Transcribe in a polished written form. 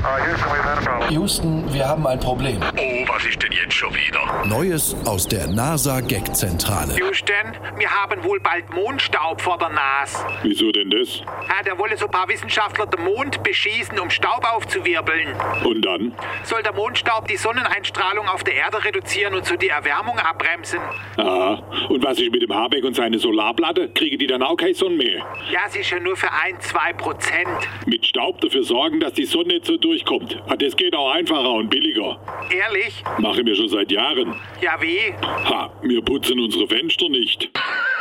Houston, wir haben ein Problem. Oh, was ist denn jetzt schon wieder? Neues aus der NASA-Gag-Zentrale. Houston, wir haben wohl bald Mondstaub vor der Nase. Wieso denn das? Ja, da wollen so ein paar Wissenschaftler den Mond beschießen, um Staub aufzuwirbeln. Und dann? Soll der Mondstaub die Sonneneinstrahlung auf der Erde reduzieren und so die Erwärmung abbremsen? Aha. Und was ist mit dem Habeck und seine Solarplatte? Kriegen die dann auch keine Sonne mehr? Ja, es ist ja nur für 1-2%. Mit Staub dafür sorgen, dass die Sonne nicht so durchkommt. Das geht auch einfacher und billiger. Ehrlich? Machen wir schon seit Jahren. Ja, wie? Ha, wir putzen unsere Fenster nicht.